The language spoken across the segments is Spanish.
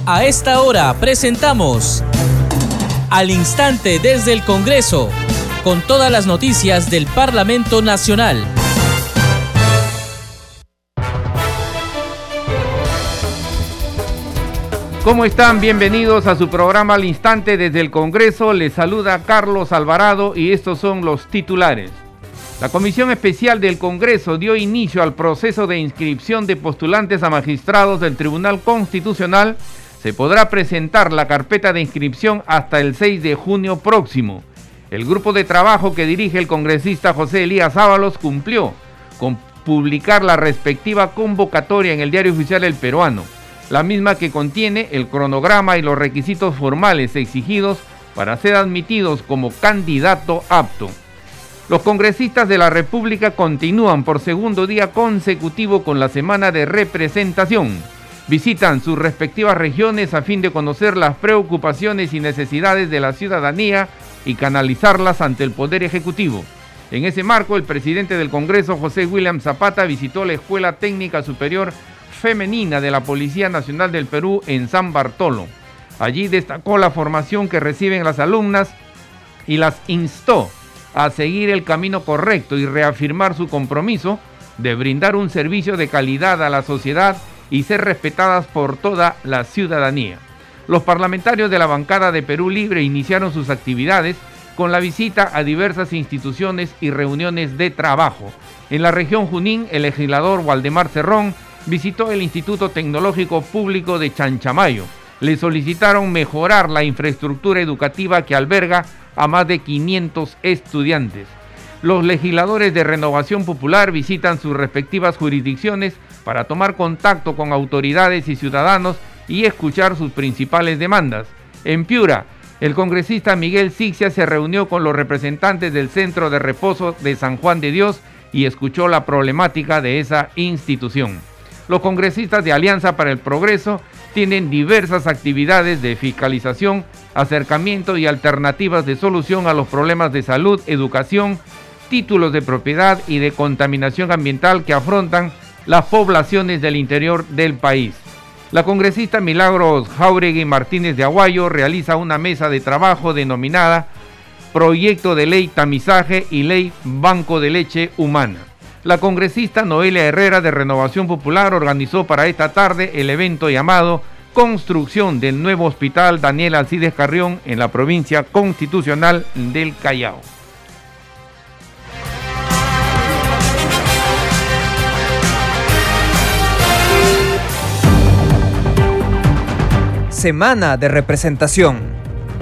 A esta hora presentamos Al Instante desde el Congreso, con todas las noticias del Parlamento Nacional. ¿Cómo están? Bienvenidos a su programa Al Instante desde el Congreso. Les saluda Carlos Alvarado y estos son los titulares. La Comisión Especial del Congreso dio inicio al proceso de inscripción de postulantes a magistrados del Tribunal Constitucional. Se podrá presentar la carpeta de inscripción hasta el 6 de junio próximo. El grupo de trabajo que dirige el congresista José Elías Ábalos cumplió con publicar la respectiva convocatoria en el Diario Oficial El Peruano, la misma que contiene el cronograma y los requisitos formales exigidos para ser admitidos como candidato apto. Los congresistas de la República continúan por segundo día consecutivo con la semana de representación. Visitan sus respectivas regiones a fin de conocer las preocupaciones y necesidades de la ciudadanía y canalizarlas ante el Poder Ejecutivo. En ese marco, el presidente del Congreso, José William Zapata, visitó la Escuela Técnica Superior Femenina de la Policía Nacional del Perú en San Bartolo. Allí destacó la formación que reciben las alumnas y las instó a seguir el camino correcto y reafirmar su compromiso de brindar un servicio de calidad a la sociedad y ser respetadas por toda la ciudadanía. Los parlamentarios de la bancada de Perú Libre iniciaron sus actividades con la visita a diversas instituciones y reuniones de trabajo. En la región Junín, el legislador Waldemar Cerrón visitó el Instituto Tecnológico Público de Chanchamayo. Le solicitaron mejorar la infraestructura educativa que alberga a más de 500 estudiantes. Los legisladores de Renovación Popular visitan sus respectivas jurisdicciones para tomar contacto con autoridades y ciudadanos y escuchar sus principales demandas. En Piura, el congresista Miguel Sixia se reunió con los representantes del Centro de Reposo de San Juan de Dios y escuchó la problemática de esa institución. Los congresistas de Alianza para el Progreso tienen diversas actividades de fiscalización, acercamiento y alternativas de solución a los problemas de salud, educación, títulos de propiedad y de contaminación ambiental que afrontan las poblaciones del interior del país. La congresista Milagros Jáuregui Martínez de Aguayo realiza una mesa de trabajo denominada Proyecto de Ley Tamizaje y Ley Banco de Leche Humana. La congresista Noelia Herrera de Renovación Popular organizó para esta tarde el evento llamado Construcción del nuevo Hospital Daniel Alcides Carrión en la provincia constitucional del Callao. Semana de representación.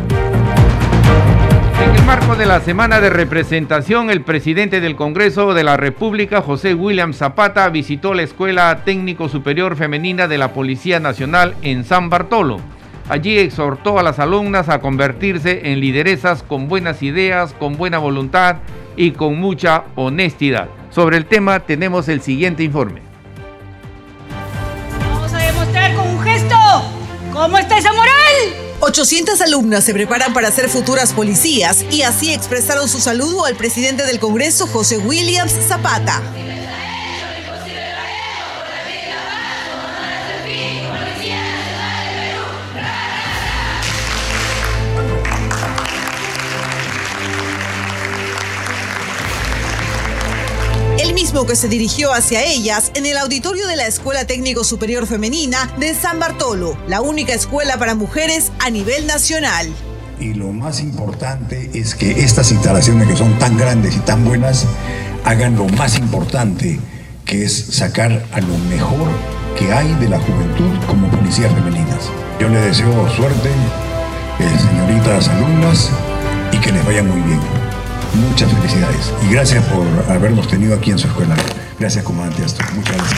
En el marco de la semana de representación, el presidente del Congreso de la República, José William Zapata, visitó la Escuela Técnico Superior Femenina de la Policía Nacional en San Bartolo. Allí exhortó a las alumnas a convertirse en lideresas con buenas ideas, con buena voluntad y con mucha honestidad. Sobre el tema tenemos el siguiente informe. Vamos a demostrar con un gesto cómo está esa moral. 800 alumnas se preparan para ser futuras policías y así expresaron su saludo al presidente del Congreso, José William Zapata. El mismo que se dirigió hacia ellas en el auditorio de la Escuela Técnico Superior Femenina de San Bartolo, la única escuela para mujeres a nivel nacional. Y lo más importante es que estas instalaciones, que son tan grandes y tan buenas, hagan lo más importante, que es sacar a lo mejor que hay de la juventud como policías femeninas. Yo les deseo suerte, señoritas alumnas, y que les vaya muy bien. Muchas felicidades y gracias por habernos tenido aquí en su escuela. Gracias, comandante Astor. Muchas gracias.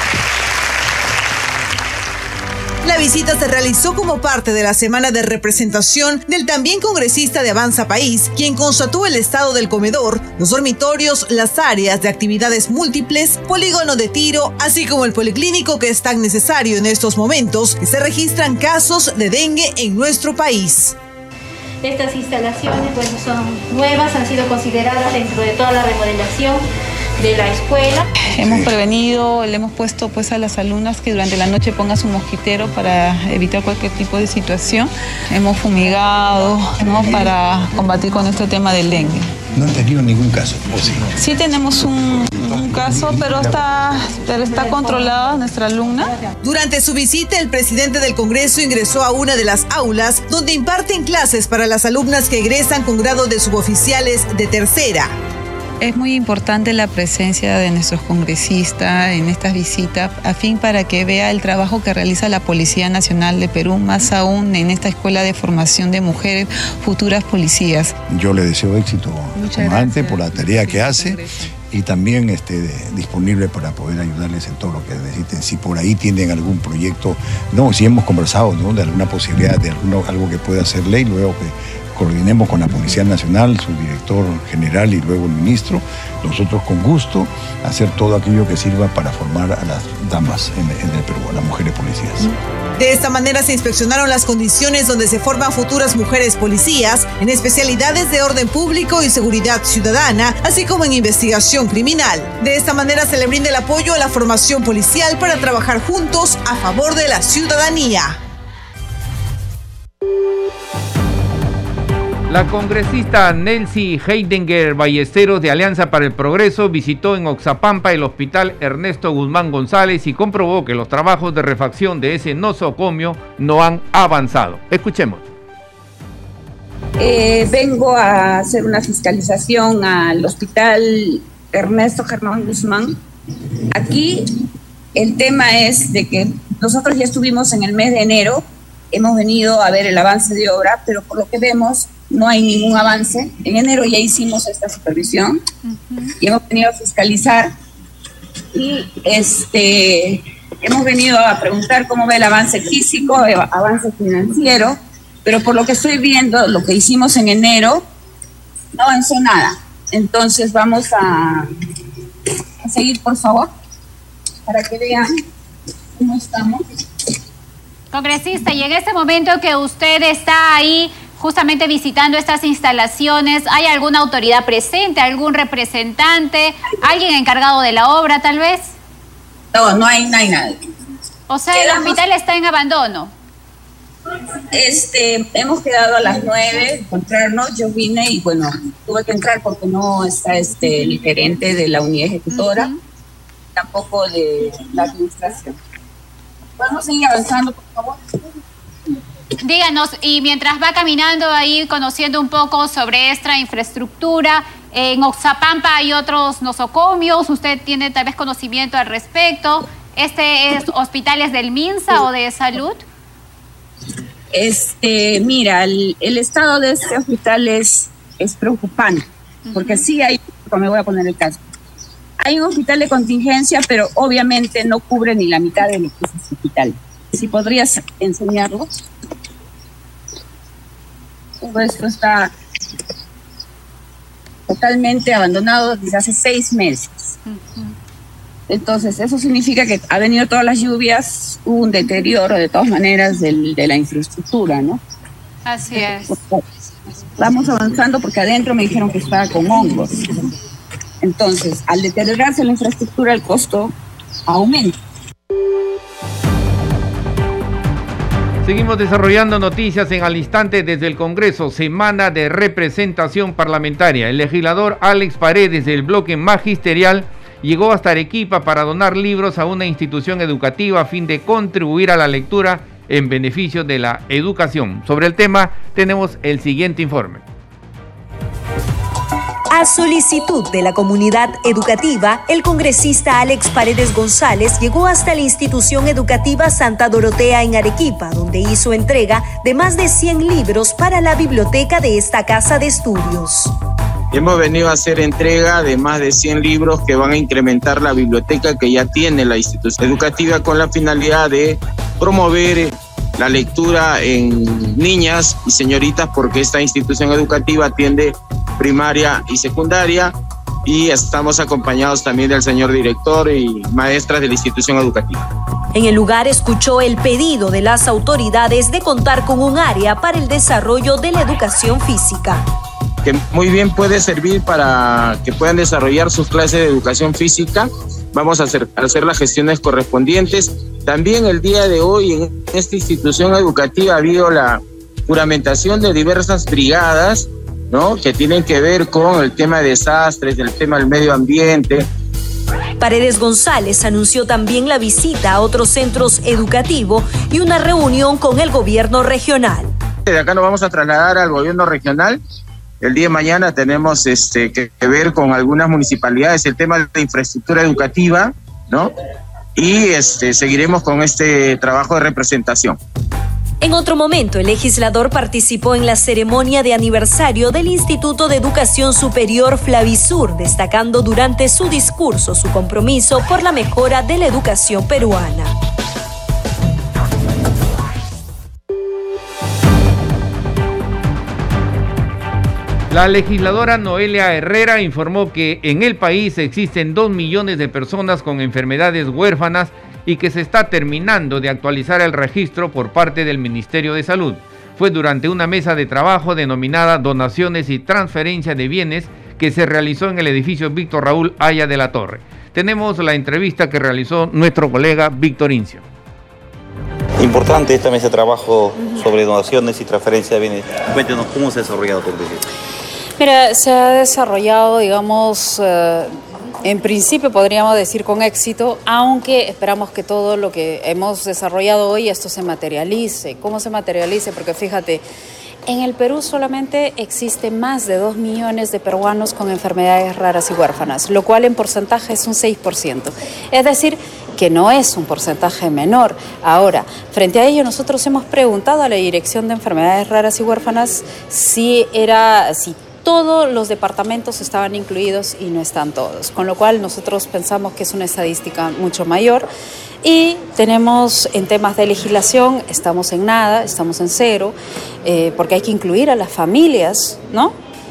La visita se realizó como parte de la semana de representación del también congresista de Avanza País, quien constató el estado del comedor, los dormitorios, las áreas de actividades múltiples, polígono de tiro, así como el policlínico que es tan necesario en estos momentos que se registran casos de dengue en nuestro país. Estas instalaciones, son nuevas, han sido consideradas dentro de toda la remodelación de la escuela. Hemos prevenido, le hemos puesto pues a las alumnas que durante la noche pongan su mosquitero para evitar cualquier tipo de situación. Hemos fumigado, ¿no?, para combatir con este tema del dengue. No han tenido ningún caso, ¿o sí? Sí tenemos un caso, pero está controlada nuestra alumna. Durante su visita, el presidente del Congreso ingresó a una de las aulas donde imparten clases para las alumnas que egresan con grado de suboficiales de tercera. Es muy importante la presencia de nuestros congresistas en estas visitas, a fin para que vea el trabajo que realiza la Policía Nacional de Perú, más aún en esta escuela de formación de mujeres futuras policías. Yo le deseo éxito, comandante, por la tarea que hace y también disponible para poder ayudarles en todo lo que necesiten. Si por ahí tienen algún proyecto, si hemos conversado, ¿no?, de alguna posibilidad, de algo que pueda ser ley, luego que coordinemos con la Policía Nacional, su director general y luego el ministro, nosotros con gusto hacer todo aquello que sirva para formar a las damas en el Perú, a las mujeres policías. De esta manera se inspeccionaron las condiciones donde se forman futuras mujeres policías en especialidades de orden público y seguridad ciudadana, así como en investigación criminal. De esta manera se le brinda el apoyo a la formación policial para trabajar juntos a favor de la ciudadanía. La congresista Nelcy Heidinger Ballesteros de Alianza para el Progreso visitó en Oxapampa el hospital Ernesto Guzmán González y comprobó que los trabajos de refacción de ese nosocomio no han avanzado. Escuchemos. Vengo a hacer una fiscalización al hospital Ernesto Germán Guzmán. Aquí el tema es de que nosotros ya estuvimos en el mes de enero, hemos venido a ver el avance de obra, pero por lo que vemos no hay ningún avance. En enero ya hicimos esta supervisión y hemos venido a fiscalizar y hemos venido a preguntar cómo ve el avance físico, avance financiero, pero por lo que estoy viendo, lo que hicimos en enero no avanzó nada. Entonces vamos a seguir, por favor, para que vean cómo estamos. Congresista, y en este momento que usted está ahí justamente visitando estas instalaciones, ¿hay alguna autoridad presente, algún representante, alguien encargado de la obra tal vez? No hay nadie. O sea, el hospital está en abandono. Hemos quedado a las 9 encontrarnos, yo vine y bueno, tuve que entrar porque no está el gerente de la unidad ejecutora, tampoco de la administración. ¿Podemos seguir avanzando, por favor? Díganos, y mientras va caminando ahí, conociendo un poco sobre esta infraestructura, en Oxapampa hay otros nosocomios, ¿usted tiene tal vez conocimiento al respecto? ¿Este es hospitales del MINSA o de salud? Mira, el estado de este hospital es preocupante, porque sí hay, me voy a poner el caso. Hay un hospital de contingencia, pero obviamente no cubre ni la mitad de lo que es este hospital. Si podrías enseñarlo. Todo esto está totalmente abandonado desde hace 6 meses. Entonces, eso significa que ha venido todas las lluvias, hubo un deterioro de todas maneras de la infraestructura, ¿no? Así es. Vamos avanzando porque adentro me dijeron que estaba con hongos. Entonces, al deteriorarse la infraestructura, el costo aumenta. Seguimos desarrollando noticias en Al Instante desde el Congreso, semana de representación parlamentaria. El legislador Alex Paredes del bloque magisterial llegó hasta Arequipa para donar libros a una institución educativa a fin de contribuir a la lectura en beneficio de la educación. Sobre el tema tenemos el siguiente informe. A solicitud de la comunidad educativa, el congresista Alex Paredes González llegó hasta la institución educativa Santa Dorotea en Arequipa, donde hizo entrega de más de 100 libros para la biblioteca de esta casa de estudios. Hemos venido a hacer entrega de más de 100 libros que van a incrementar la biblioteca que ya tiene la institución educativa con la finalidad de promover la lectura en niñas y señoritas, porque esta institución educativa atiende primaria y secundaria, y estamos acompañados también del señor director y maestras de la institución educativa. En el lugar escuchó el pedido de las autoridades de contar con un área para el desarrollo de la educación física. que muy bien puede servir para que puedan desarrollar sus clases de educación física. Vamos a hacer las gestiones correspondientes. También el día de hoy en esta institución educativa ha habido la juramentación de diversas brigadas, ¿no?, que tienen que ver con el tema de desastres, el tema del medio ambiente. Paredes González anunció también la visita a otros centros educativos y una reunión con el gobierno regional. De acá nos vamos a trasladar al gobierno regional. El día de mañana tenemos que ver con algunas municipalidades el tema de la infraestructura educativa, ¿no? Y seguiremos con este trabajo de representación. En otro momento, el legislador participó en la ceremonia de aniversario del Instituto de Educación Superior Flavisur, destacando durante su discurso su compromiso por la mejora de la educación peruana. La legisladora Noelia Herrera informó que en el país existen 2 millones de personas con enfermedades huérfanas y que se está terminando de actualizar el registro por parte del Ministerio de Salud. Fue durante una mesa de trabajo denominada Donaciones y Transferencia de Bienes que se realizó en el edificio Víctor Raúl Haya de la Torre. Tenemos la entrevista que realizó nuestro colega Víctor Incio. Importante esta mesa de trabajo sobre donaciones y transferencia de bienes. Cuéntenos cómo se ha desarrollado todo esto. Mira, se ha desarrollado, digamos, en principio podríamos decir con éxito, aunque esperamos que todo lo que hemos desarrollado hoy, esto se materialice. ¿Cómo se materialice? Porque fíjate, en el Perú solamente existe más de 2 millones de peruanos con enfermedades raras y huérfanas, lo cual en porcentaje es un 6%. Es decir, que no es un porcentaje menor. Ahora, frente a ello, nosotros hemos preguntado a la Dirección de Enfermedades Raras y Huérfanas si todos los departamentos estaban incluidos y no están todos, con lo cual nosotros pensamos que es una estadística mucho mayor. Y tenemos en temas de legislación, estamos en nada, estamos en cero, porque hay que incluir a las familias, ¿no?,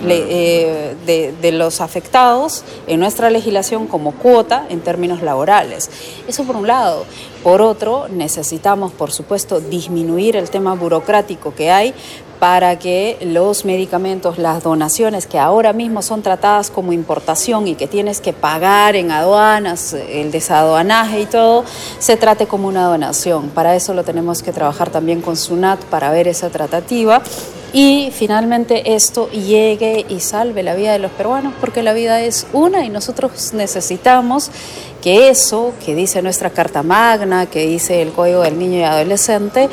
de los afectados en nuestra legislación como cuota en términos laborales. Eso por un lado. Por otro, necesitamos, por supuesto, disminuir el tema burocrático que hay para que los medicamentos, las donaciones que ahora mismo son tratadas como importación y que tienes que pagar en aduanas, el desaduanaje y todo, se trate como una donación. Para eso lo tenemos que trabajar también con SUNAT para ver esa tratativa y finalmente esto llegue y salve la vida de los peruanos, porque la vida es una y nosotros necesitamos que eso que dice nuestra Carta Magna, que dice el Código del Niño y Adolescente,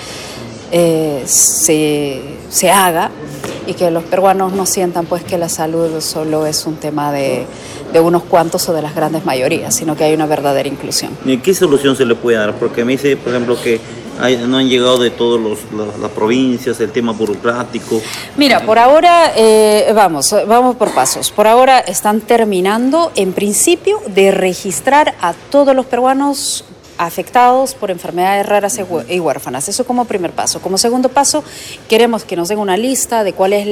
se haga y que los peruanos no sientan pues que la salud solo es un tema de unos cuantos o de las grandes mayorías, sino que hay una verdadera inclusión. ¿Y qué solución se le puede dar? Porque me dice, por ejemplo, que no han llegado de todas las provincias, el tema burocrático. Mira, por ahora, vamos por pasos. Por ahora están terminando, en principio, de registrar a todos los peruanos afectados por enfermedades raras y huérfanas. Eso como primer paso. Como segundo paso, queremos que nos den una lista de cuál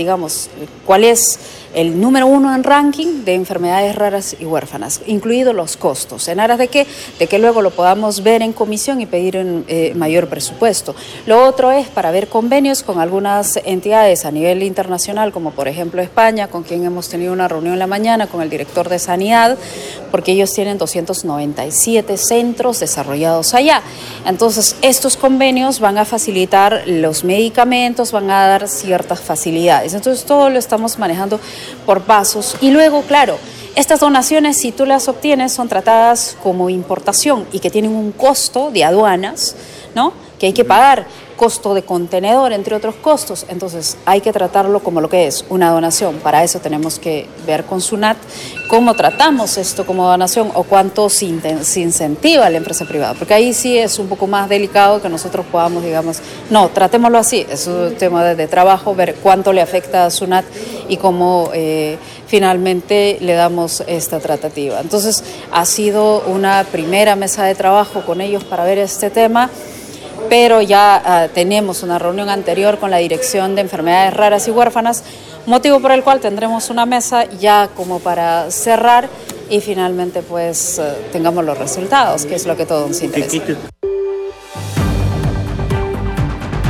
es el número 1 en ranking de enfermedades raras y huérfanas, incluidos los costos. ¿En aras de qué? De que luego lo podamos ver en comisión y pedir mayor presupuesto. Lo otro es para ver convenios con algunas entidades a nivel internacional, como por ejemplo España, con quien hemos tenido una reunión en la mañana con el director de Sanidad, porque ellos tienen 297 centros desarrollados allá. Entonces, estos convenios van a facilitar los medicamentos, van a dar ciertas facilidades. Entonces, todo lo estamos manejando por pasos. Y luego, claro, estas donaciones, si tú las obtienes, son tratadas como importación y que tienen un costo de aduanas, ¿no?, que hay que pagar, costo de contenedor, entre otros costos. Entonces hay que tratarlo como lo que es, una donación. Para eso tenemos que ver con SUNAT cómo tratamos esto como donación o cuánto se incentiva a la empresa privada, porque ahí sí es un poco más delicado que nosotros podamos, digamos, no, tratémoslo así, es un tema de trabajo, ver cuánto le afecta a SUNAT y cómo finalmente le damos esta tratativa. Entonces ha sido una primera mesa de trabajo con ellos para ver este tema, pero ya tenemos una reunión anterior con la Dirección de Enfermedades Raras y Huérfanas, motivo por el cual tendremos una mesa ya como para cerrar y finalmente pues tengamos los resultados, que es lo que todos nos interesa.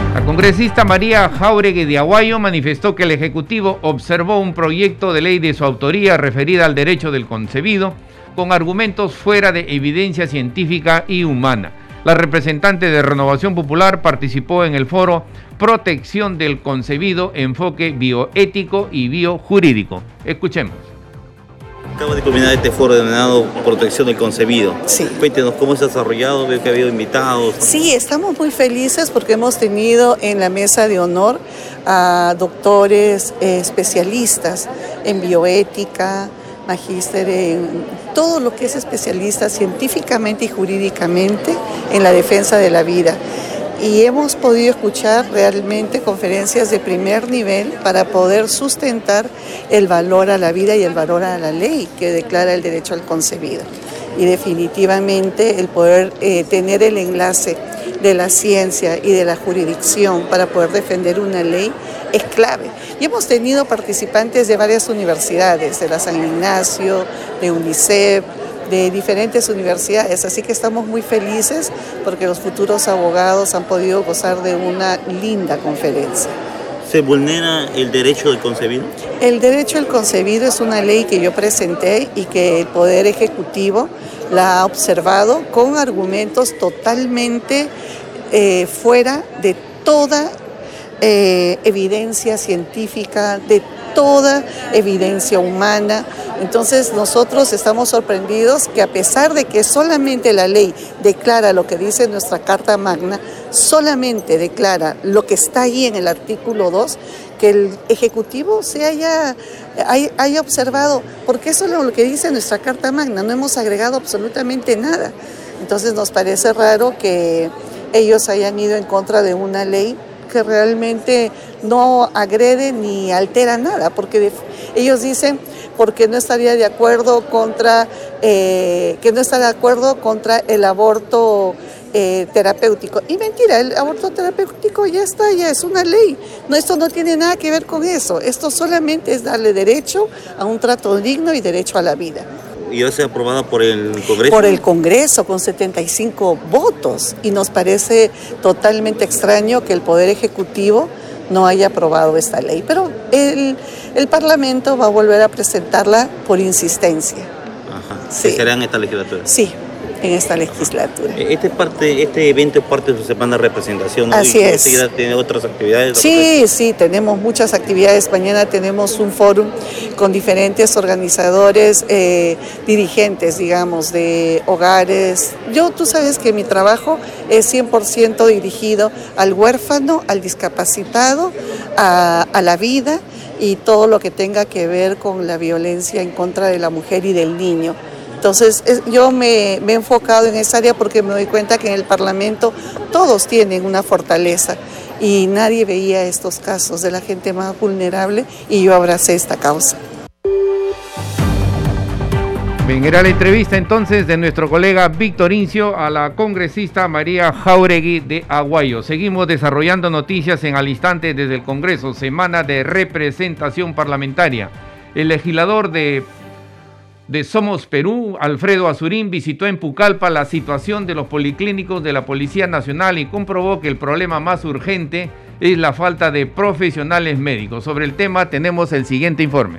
La congresista María Jáuregui de Aguayo manifestó que el Ejecutivo observó un proyecto de ley de su autoría referida al derecho del concebido con argumentos fuera de evidencia científica y humana. La representante de Renovación Popular participó en el foro Protección del Concebido, enfoque bioético y biojurídico. Escuchemos. Acaba de culminar este foro denominado Protección del Concebido. Sí. Cuéntenos cómo se ha desarrollado, veo que ha habido invitados. Sí, estamos muy felices porque hemos tenido en la mesa de honor a doctores especialistas en bioética, magíster en todo lo que es especialista científicamente y jurídicamente en la defensa de la vida. Y hemos podido escuchar realmente conferencias de primer nivel para poder sustentar el valor a la vida y el valor a la ley que declara el derecho al concebido. Y definitivamente el poder tener el enlace de la ciencia y de la jurisdicción para poder defender una ley es clave. Y hemos tenido participantes de varias universidades, de la San Ignacio, de UNICEF, de diferentes universidades, así que estamos muy felices porque los futuros abogados han podido gozar de una linda conferencia. ¿Se vulnera el derecho del concebido? El derecho al concebido es una ley que yo presenté y que el Poder Ejecutivo la ha observado con argumentos totalmente fuera de toda evidencia científica, de toda evidencia humana. Entonces nosotros estamos sorprendidos que a pesar de que solamente la ley declara lo que dice nuestra Carta Magna, solamente declara lo que está ahí en el artículo 2, que el Ejecutivo se haya observado, porque eso es lo que dice nuestra Carta Magna, no hemos agregado absolutamente nada. Entonces nos parece raro que ellos hayan ido en contra de una ley que realmente no agrede ni altera nada, porque ellos dicen porque no estaría de acuerdo contra que no está de acuerdo contra el aborto terapéutico. Y mentira, el aborto terapéutico ya está, ya es una ley. No, esto no tiene nada que ver con eso. Esto solamente es darle derecho a un trato digno y derecho a la vida. ¿Y va a ser aprobada por el Congreso? Por el Congreso, con 75 votos. Y nos parece totalmente extraño que el Poder Ejecutivo no haya aprobado esta ley. Pero el Parlamento va a volver a presentarla por insistencia. Ajá. Sí. ¿Será en esta legislatura? Sí, en esta legislatura. Este evento es parte de su semana de representación, ¿no? Así es. ¿Usted tiene otras actividades? Sí, tenemos muchas actividades. Mañana tenemos un fórum con diferentes organizadores, dirigentes, digamos, de hogares. Tú sabes que mi trabajo es 100% dirigido al huérfano, al discapacitado, a la vida y todo lo que tenga que ver con la violencia en contra de la mujer y del niño. Entonces yo me he enfocado en esa área porque me doy cuenta que en el Parlamento todos tienen una fortaleza y nadie veía estos casos de la gente más vulnerable y yo abracé esta causa. Bien, era la entrevista entonces de nuestro colega Víctor Incio a la congresista María Jáuregui de Aguayo. Seguimos desarrollando noticias en al instante desde el Congreso, semana de representación parlamentaria. El legislador de Somos Perú, Alfredo Azurín, visitó en Pucallpa la situación de los policlínicos de la Policía Nacional y comprobó que el problema más urgente es la falta de profesionales médicos. Sobre el tema tenemos el siguiente informe.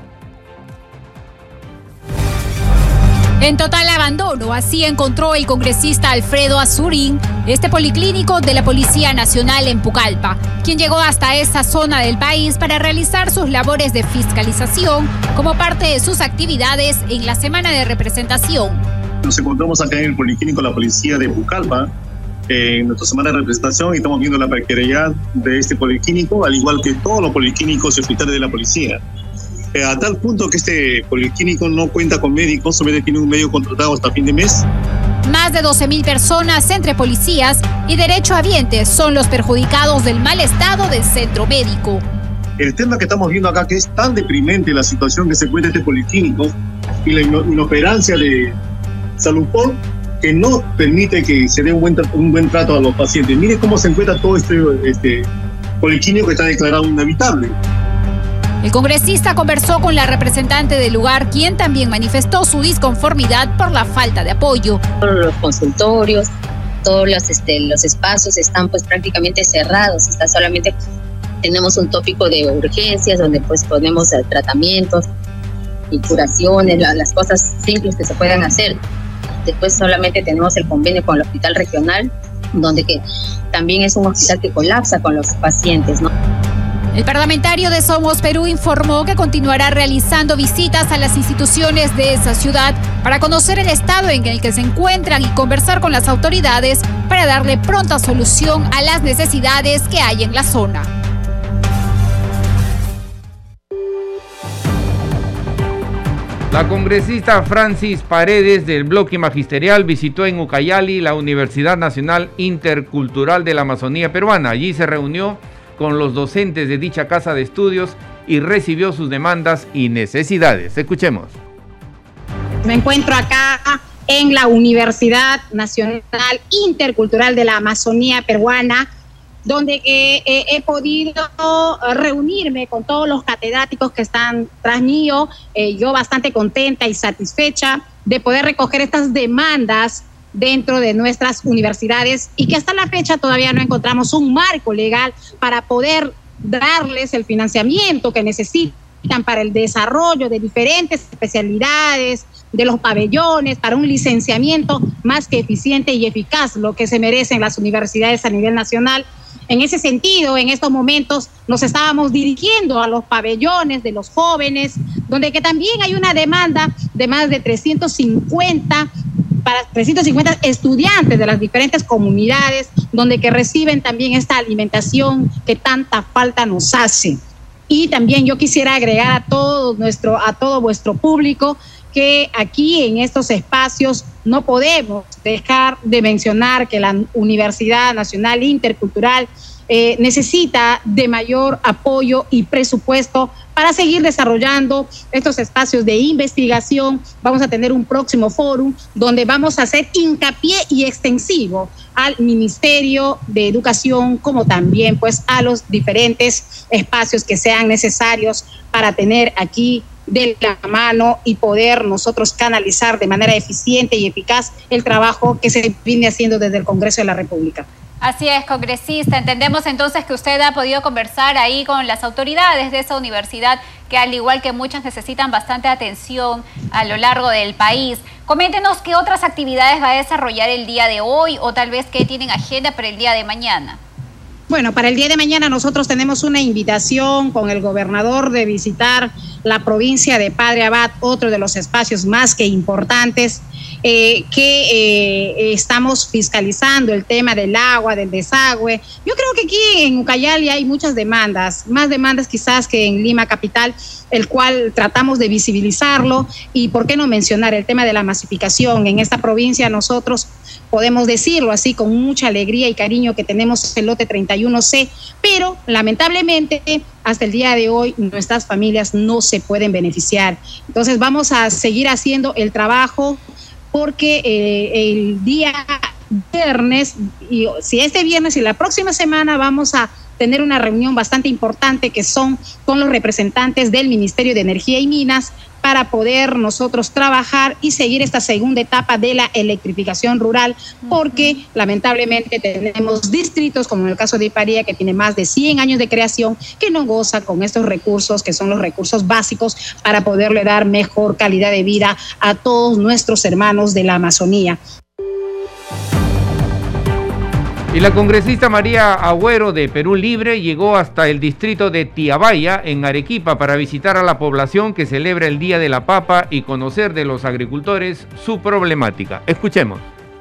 En total abandono, así encontró el congresista Alfredo Azurín este policlínico de la Policía Nacional en Pucallpa, quien llegó hasta esa zona del país para realizar sus labores de fiscalización como parte de sus actividades en la semana de representación. Nos encontramos acá en el policlínico de la Policía de Pucallpa, en nuestra semana de representación, y estamos viendo la precariedad de este policlínico, al igual que todos los policlínicos y hospitales de la policía. A tal punto que este policlínico no cuenta con médicos, solamente tiene un médico contratado hasta fin de mes. Más de 12.000 personas entre policías y derechohabientes son los perjudicados del mal estado del centro médico. El tema que estamos viendo acá, que es tan deprimente la situación que se encuentra este policlínico y la inoperancia de Saludpol, que no permite que se dé un buen trato a los pacientes. Mire cómo se encuentra todo este policlínico que está declarado inhabitable. El congresista conversó con la representante del lugar, quien también manifestó su disconformidad por la falta de apoyo. Los consultorios, todos los espacios están pues prácticamente cerrados, tenemos un tópico de urgencias donde pues ponemos tratamientos y curaciones, las cosas simples que se puedan hacer. Después solamente tenemos el convenio con el hospital regional, donde que también es un hospital que colapsa con los pacientes, ¿no? El parlamentario de Somos Perú informó que continuará realizando visitas a las instituciones de esa ciudad para conocer el estado en el que se encuentran y conversar con las autoridades para darle pronta solución a las necesidades que hay en la zona. La congresista Francis Paredes del Bloque Magisterial visitó en Ucayali la Universidad Nacional Intercultural de la Amazonía Peruana. Allí se reunió con los docentes de dicha casa de estudios y recibió sus demandas y necesidades. Escuchemos. Me encuentro acá en la Universidad Nacional Intercultural de la Amazonía Peruana, donde he podido reunirme con todos los catedráticos que están tras mío, yo bastante contenta y satisfecha de poder recoger estas demandas dentro de nuestras universidades y que hasta la fecha todavía no encontramos un marco legal para poder darles el financiamiento que necesitan para el desarrollo de diferentes especialidades, de los pabellones, para un licenciamiento más que eficiente y eficaz, lo que se merecen las universidades a nivel nacional. En ese sentido, en estos momentos nos estábamos dirigiendo a los pabellones de los jóvenes, donde que también hay una demanda de más de 350 estudiantes de las diferentes comunidades, donde que reciben también esta alimentación que tanta falta nos hace. Y también yo quisiera agregar a todo vuestro público que aquí en estos espacios no podemos dejar de mencionar que la Universidad Nacional Intercultural necesita de mayor apoyo y presupuesto para seguir desarrollando estos espacios de investigación. Vamos a tener un próximo fórum donde vamos a hacer hincapié y extensivo al Ministerio de Educación, como también pues a los diferentes espacios que sean necesarios para tener aquí de la mano y poder nosotros canalizar de manera eficiente y eficaz el trabajo que se viene haciendo desde el Congreso de la República. Así es, congresista. Entendemos entonces que usted ha podido conversar ahí con las autoridades de esa universidad que al igual que muchas necesitan bastante atención a lo largo del país. Coméntenos qué otras actividades va a desarrollar el día de hoy o tal vez qué tienen agenda para el día de mañana. Bueno, para el día de mañana nosotros tenemos una invitación con el gobernador de visitar la provincia de Padre Abad, otro de los espacios más que importantes que estamos fiscalizando el tema del agua, del desagüe. Yo creo que aquí en Ucayali hay muchas demandas, más demandas quizás que en Lima capital, el cual tratamos de visibilizarlo y por qué no mencionar el tema de la masificación. En esta provincia nosotros podemos decirlo así con mucha alegría y cariño que tenemos el lote 31C, pero lamentablemente hasta el día de hoy nuestras familias no se pueden beneficiar. Entonces vamos a seguir haciendo el trabajo porque el día viernes, y si este viernes y la próxima semana vamos a tener una reunión bastante importante que son con los representantes del Ministerio de Energía y Minas para poder nosotros trabajar y seguir esta segunda etapa de la electrificación rural, porque lamentablemente tenemos distritos, como en el caso de Iparía, que tiene más de 100 años de creación, que no goza con estos recursos, que son los recursos básicos para poderle dar mejor calidad de vida a todos nuestros hermanos de la Amazonía. Y la congresista María Agüero de Perú Libre llegó hasta el distrito de Tiabaya, en Arequipa, para visitar a la población que celebra el Día de la Papa y conocer de los agricultores su problemática. Escuchemos.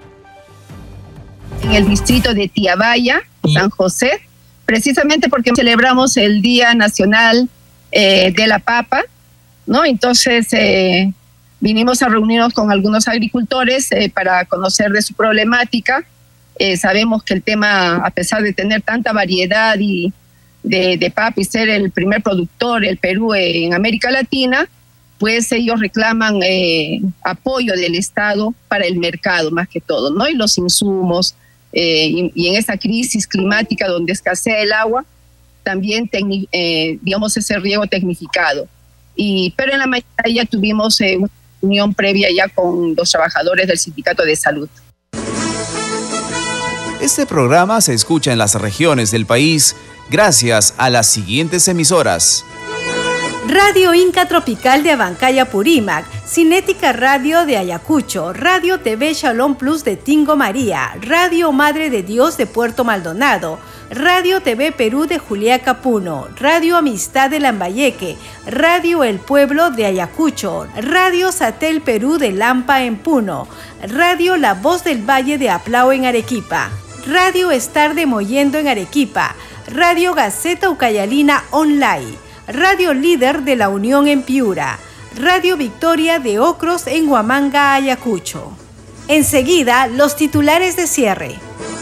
En el distrito de Tiabaya, San José, precisamente porque celebramos el Día Nacional de la Papa, ¿no? Entonces vinimos a reunirnos con algunos agricultores para conocer de su problemática. Sabemos que el tema, a pesar de tener tanta variedad y de papa y ser el primer productor, el Perú en América Latina, pues ellos reclaman apoyo del Estado para el mercado más que todo, ¿no? Y los insumos, y en esa crisis climática donde escasea el agua, también digamos ese riego tecnificado. Pero en la mañana ya tuvimos una reunión previa ya con los trabajadores del Sindicato de Salud. Este programa se escucha en las regiones del país gracias a las siguientes emisoras: Radio Inca Tropical de Abancaya, Purímac, Cinética Radio de Ayacucho, Radio TV Shalom Plus de Tingo María, Radio Madre de Dios de Puerto Maldonado, Radio TV Perú de Juliaca, Puno, Radio Amistad de Lambayeque, Radio El Pueblo de Ayacucho, Radio Satel Perú de Lampa en Puno, Radio La Voz del Valle de Aplao en Arequipa, Radio Star de Mollendo en Arequipa, Radio Gaceta Ucayalina Online, Radio Líder de La Unión en Piura, Radio Victoria de Ocros en Huamanga, Ayacucho. Enseguida, los titulares de cierre.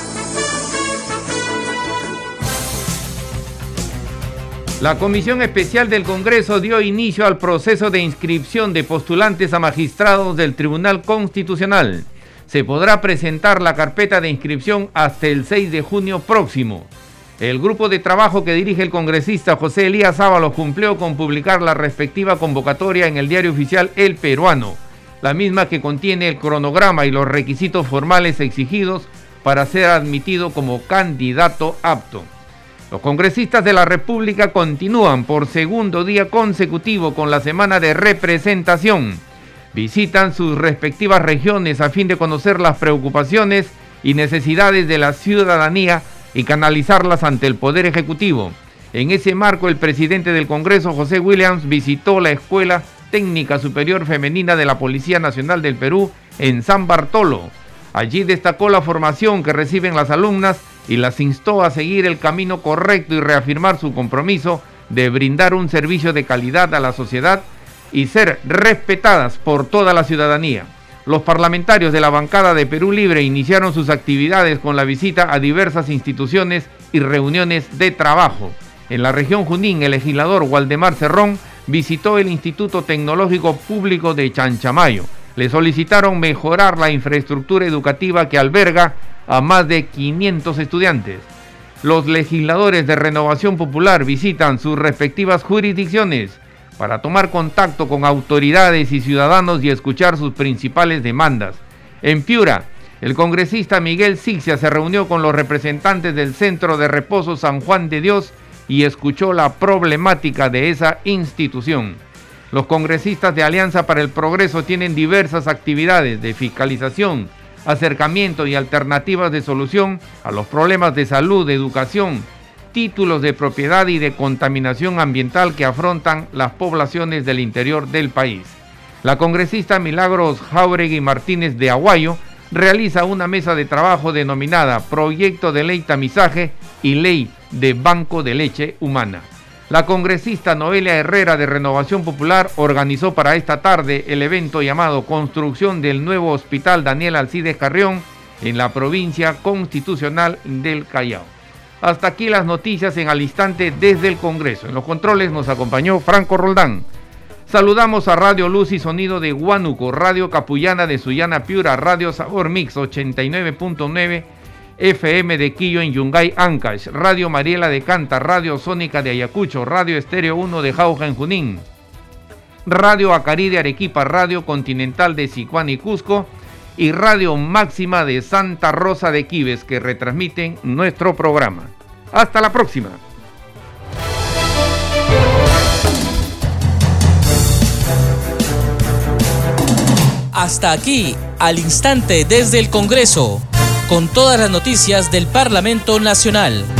La Comisión Especial del Congreso dio inicio al proceso de inscripción de postulantes a magistrados del Tribunal Constitucional. Se podrá presentar la carpeta de inscripción hasta el 6 de junio próximo. El grupo de trabajo que dirige el congresista José Elías Ábalos cumplió con publicar la respectiva convocatoria en el diario oficial El Peruano, la misma que contiene el cronograma y los requisitos formales exigidos para ser admitido como candidato apto. Los congresistas de la República continúan por segundo día consecutivo con la semana de representación. Visitan sus respectivas regiones a fin de conocer las preocupaciones y necesidades de la ciudadanía y canalizarlas ante el Poder Ejecutivo. En ese marco, el presidente del Congreso, José Williams, visitó la Escuela Técnica Superior Femenina de la Policía Nacional del Perú en San Bartolo. Allí destacó la formación que reciben las alumnas y las instó a seguir el camino correcto y reafirmar su compromiso de brindar un servicio de calidad a la sociedad y ser respetadas por toda la ciudadanía. Los parlamentarios de la bancada de Perú Libre iniciaron sus actividades con la visita a diversas instituciones y reuniones de trabajo. En la región Junín, el legislador Waldemar Cerrón visitó el Instituto Tecnológico Público de Chanchamayo. Le solicitaron mejorar la infraestructura educativa que alberga a más de 500 estudiantes. Los legisladores de Renovación Popular visitan sus respectivas jurisdicciones para tomar contacto con autoridades y ciudadanos y escuchar sus principales demandas. En Piura, el congresista Miguel Sixia se reunió con los representantes del Centro de Reposo San Juan de Dios y escuchó la problemática de esa institución. Los congresistas de Alianza para el Progreso tienen diversas actividades de fiscalización, acercamiento y alternativas de solución a los problemas de salud, de educación, títulos de propiedad y de contaminación ambiental que afrontan las poblaciones del interior del país. La congresista Milagros Jáuregui Martínez de Aguayo realiza una mesa de trabajo denominada Proyecto de Ley Tamizaje y Ley de Banco de Leche Humana. La congresista Noelia Herrera de Renovación Popular organizó para esta tarde el evento llamado Construcción del Nuevo Hospital Daniel Alcides Carrión en la provincia constitucional del Callao. Hasta aquí las noticias en al instante desde el Congreso. En los controles nos acompañó Franco Roldán. Saludamos a Radio Luz y Sonido de Huánuco, Radio Capullana de Sullana Piura, Radio Sabor Mix 89.9 FM de Quillo en Yungay, Ancash, Radio Mariela de Canta, Radio Sónica de Ayacucho, Radio Estéreo 1 de Jauja en Junín, Radio Acarí de Arequipa, Radio Continental de Sicuán y Cusco y Radio Máxima de Santa Rosa de Quibes, que retransmiten nuestro programa. Hasta la próxima. Hasta aquí, al instante desde el Congreso, con todas las noticias del Parlamento Nacional.